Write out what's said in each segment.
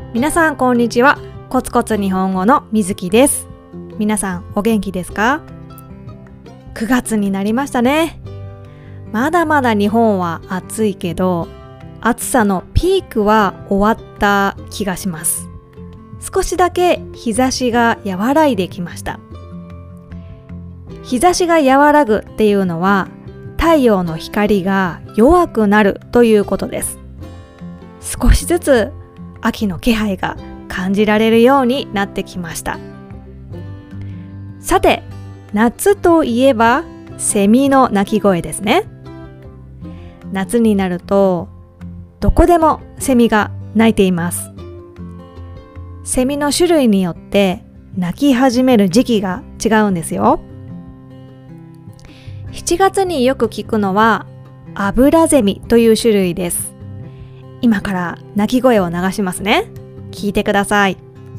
皆さんこんにちは。コツコツ日本語のみずきです。皆さんお元気ですか？9月になりましたね。まだまだ日本は暑いけど、暑さのピークは終わった気がします。少しだけ日差しが和らいできました。日差しが和らぐっていうのは、太陽の光が弱くなるということです。少しずつ秋の気配が感じられるようになってきました。さて、夏といえばセミの鳴き声ですね。夏になるとどこでもセミが鳴いています。セミの種類によって鳴き始める時期が違うんですよ。7月によく聞くのはアブラゼミという種類です。今から鳴き声を流しますね。聞いてください。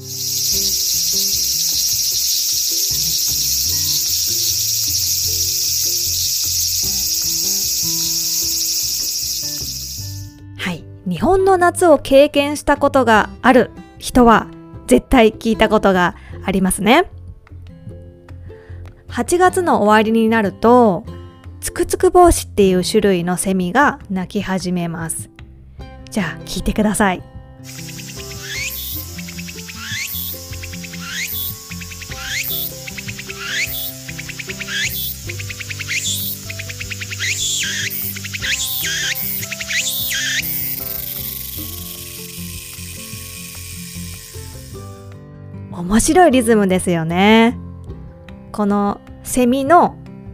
はい、日本の夏を経験したことがある人は絶対聞いたことがありますね。8月の終わりになるとつくつく帽子っていう種類のセミが鳴き始めます。じゃあ聞いてください。面白いリズムですよね。このセミの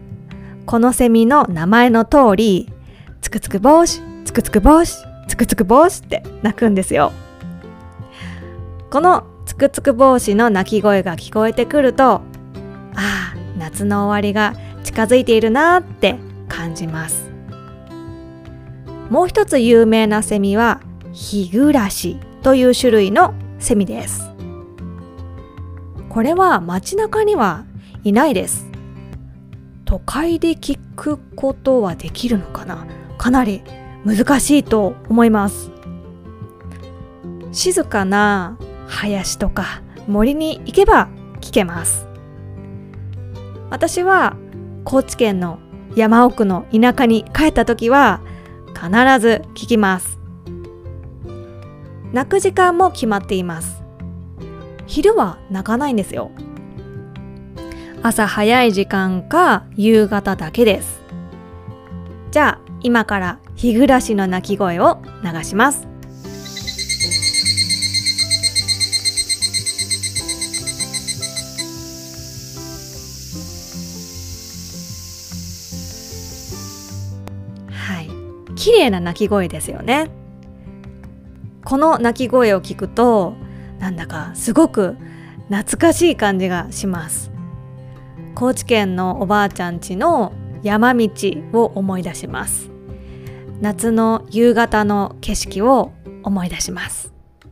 名前の通り、つくつく帽子、つくつく帽子、つくつく帽子って鳴くんですよ。このつくつく帽子の鳴き声が聞こえてくると、ああ、夏の終わりが近づいているなって感じます。もう一つ有名なセミはヒグラシという種類のセミです。これは街中にはいないです。都会で聞くことはできるのかな？かなり難しいと思います。静かな林とか森に行けば聞けます。私は高知県の山奥の田舎に帰った時は必ず聞きます。鳴く時間も決まっています。昼は鳴かないんですよ。朝早い時間か夕方だけです。じゃあ今からヒグラシの鳴き声を流します。はい、綺麗な鳴き声ですよね。この鳴き声を聞くとなんだかすごく懐かしい感じがします。高知県のおばあちゃん家の山道を思い出します。夏の夕方の景色を思い出します。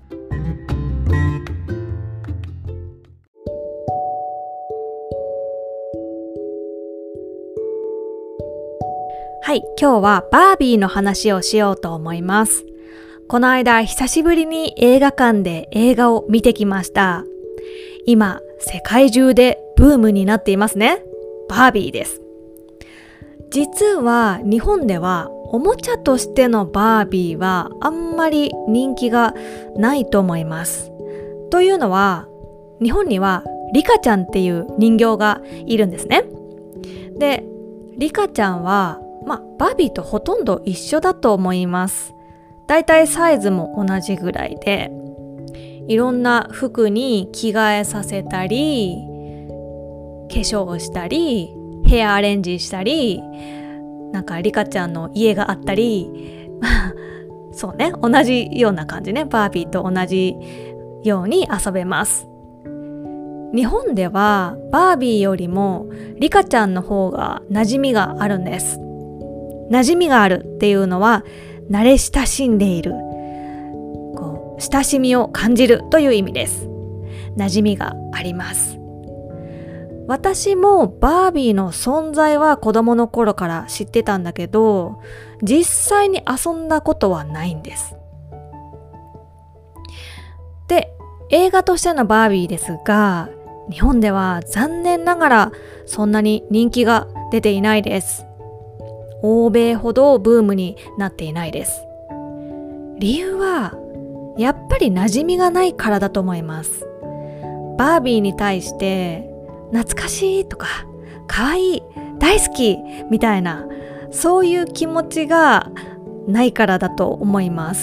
はい、今日はバービーの話をしようと思います。この間久しぶりに映画館で映画を見てきました。今世界中でブームになっていますね。バービーです。実は日本ではおもちゃとしてのバービーはあんまり人気がないと思います。というのは日本にはリカちゃんっていう人形がいるんですね。で、リカちゃんはバービーとほとんど一緒だと思います。だいたいサイズも同じぐらいで、いろんな服に着替えさせたり、化粧をしたり、ヘアアレンジしたり、なんかリカちゃんの家があったりそうね、同じような感じね。バービーと同じように遊べます。日本ではバービーよりもリカちゃんの方が馴染みがあるんです。馴染みがあるっていうのは慣れ親しんでいる、親しみを感じるという意味です。馴染みがあります。私もバービーの存在は子供の頃から知ってたんだけど、実際に遊んだことはないんです。 で、映画としてのバービーですが、日本では残念ながらそんなに人気が出ていないです。欧米ほどブームになっていないです。理由はやっぱり馴染みがないからだと思います。バービーに対して懐かしいとか可愛い大好きみたいな、そういう気持ちがないからだと思います。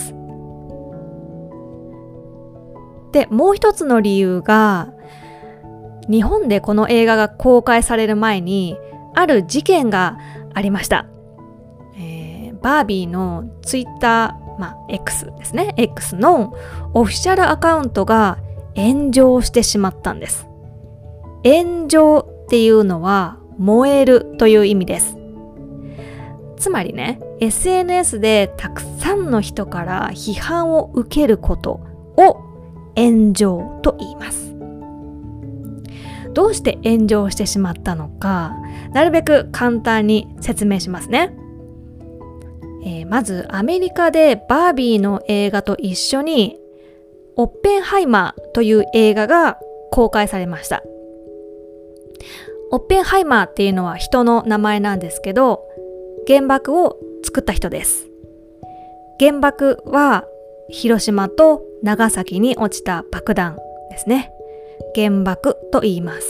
で、もう一つの理由が、日本でこの映画が公開される前にある事件がありました。バービーのツイッター、X ですね。X のオフィシャルアカウントが炎上してしまったんです。炎上っていうのは燃えるという意味です。つまりね、SNS でたくさんの人から批判を受けることを炎上と言います。どうして炎上してしまったのか、なるべく簡単に説明しますね。まずアメリカでバービーの映画と一緒にオッペンハイマーという映画が公開されました。オッペンハイマーっていうのは人の名前なんですけど、原爆を作った人です。原爆は広島と長崎に落ちた爆弾ですね。原爆と言います。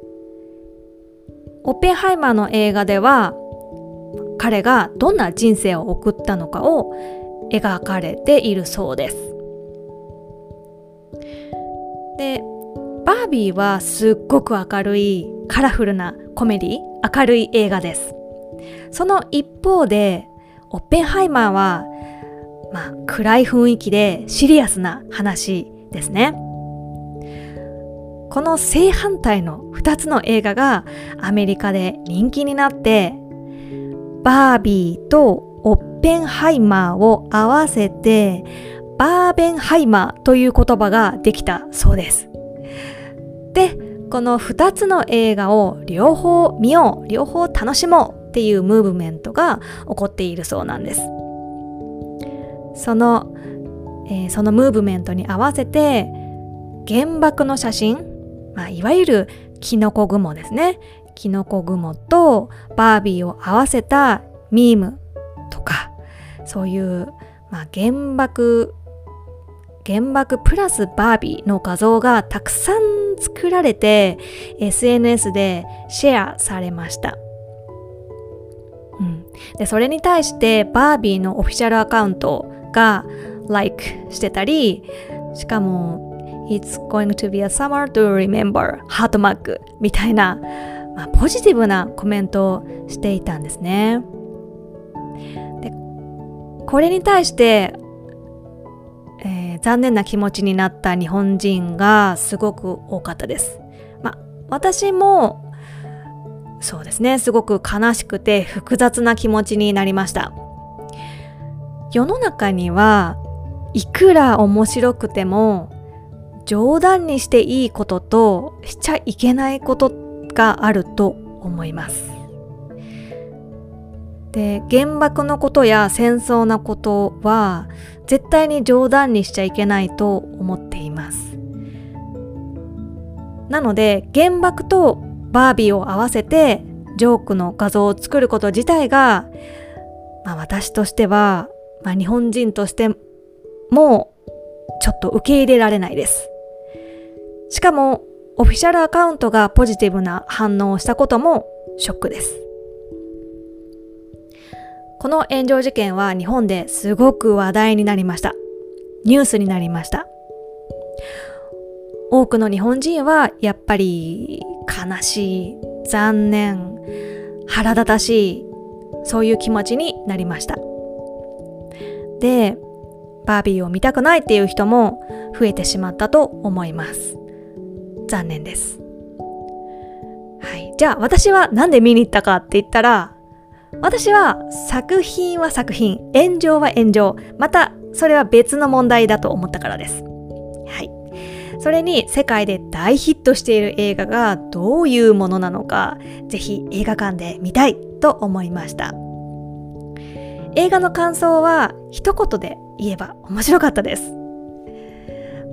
オッペンハイマーの映画では、彼がどんな人生を送ったのかを描かれているそうです。で、バービーはすっごく明るいカラフルなコメディ、明るい映画です。その一方でオッペンハイマーは暗い雰囲気でシリアスな話ですね。この正反対の2つの映画がアメリカで人気になって、バービーとオッペンハイマーを合わせてバーベンハイマーという言葉ができたそうです。で、この2つの映画を両方見よう、両方楽しもうっていうムーブメントが起こっているそうなんです。そのムーブメントに合わせて原爆の写真、いわゆるキノコ雲ですね。キノコ雲とバービーを合わせたミームとか、そういう原爆プラスバービーの画像がたくさん作られて SNS でシェアされました。で、それに対してバービーのオフィシャルアカウントが like してたり、しかも It's going to be a summer to remember ハートマークみたいな、ポジティブなコメントをしていたんですね。で、これに対して、残念な気持ちになった日本人がすごく多かったです。私もそうですね、すごく悲しくて複雑な気持ちになりました。世の中にはいくら面白くても冗談にしていいこととしちゃいけないことがあると思います。で、原爆のことや戦争のことは絶対に冗談にしちゃいけないと思っています。なので原爆とバービーを合わせてジョークの画像を作ること自体が、私としては、日本人としてもちょっと受け入れられないです。しかもオフィシャルアカウントがポジティブな反応をしたこともショックです。この炎上事件は日本ですごく話題になりました。ニュースになりました。多くの日本人はやっぱり悲しい、残念、腹立たしい、そういう気持ちになりました。で、バービーを見たくないっていう人も増えてしまったと思います。残念です。はい。じゃあ私はなんで見に行ったかって言ったら、私は作品は作品、炎上は炎上、またそれは別の問題だと思ったからです。はい。それに世界で大ヒットしている映画がどういうものなのか、ぜひ映画館で見たいと思いました。映画の感想は一言で言えば面白かったです。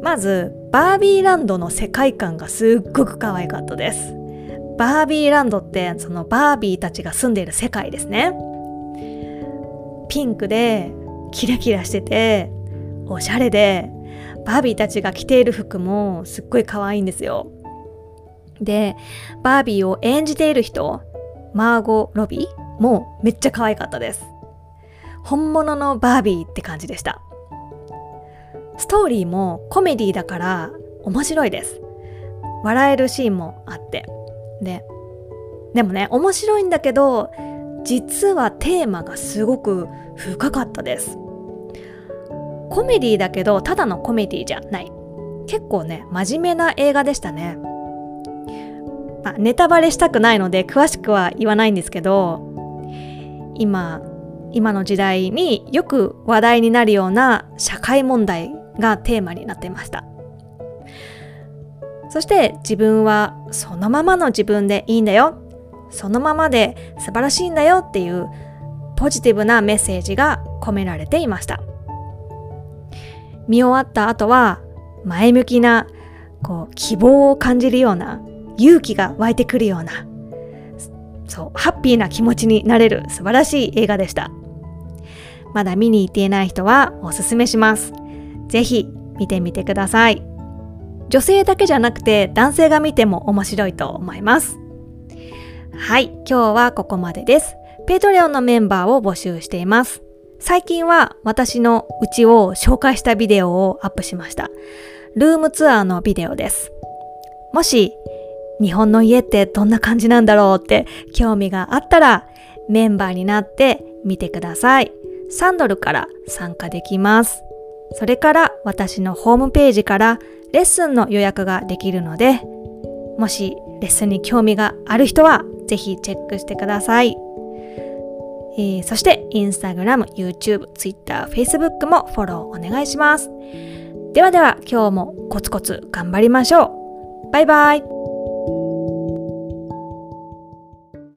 まずバービーランドの世界観がすっごく可愛かったです。バービーランドってそのバービーたちが住んでいる世界ですね。ピンクでキラキラしてておしゃれで、バービーたちが着ている服もすっごい可愛いんですよ。で、バービーを演じている人、マーゴ・ロビーもめっちゃ可愛かったです。本物のバービーって感じでした。ストーリーもコメディだから面白いです。笑えるシーンもあって。でもね、面白いんだけど、実はテーマがすごく深かったです。コメディだけど、ただのコメディじゃない。結構ね、真面目な映画でしたね。ネタバレしたくないので詳しくは言わないんですけど、今の時代によく話題になるような社会問題がテーマになっていました。そして自分はそのままの自分でいいんだよ、そのままで素晴らしいんだよっていうポジティブなメッセージが込められていました。見終わった後は前向きな希望を感じるような、勇気が湧いてくるような、ハッピーな気持ちになれる素晴らしい映画でした。まだ見に行っていない人はおすすめします。ぜひ見てみてください。女性だけじゃなくて男性が見ても面白いと思います。はい、今日はここまでです。ペイトレオンのメンバーを募集しています。最近は私の家を紹介したビデオをアップしました。ルームツアーのビデオです。もし日本の家ってどんな感じなんだろうって興味があったらメンバーになってみてください。$3から参加できます。それから私のホームページからレッスンの予約ができるので、もしレッスンに興味がある人はぜひチェックしてください。そしてインスタグラム、YouTube、Twitter、Facebook もフォローお願いします。では今日もコツコツ頑張りましょう。バイバイ。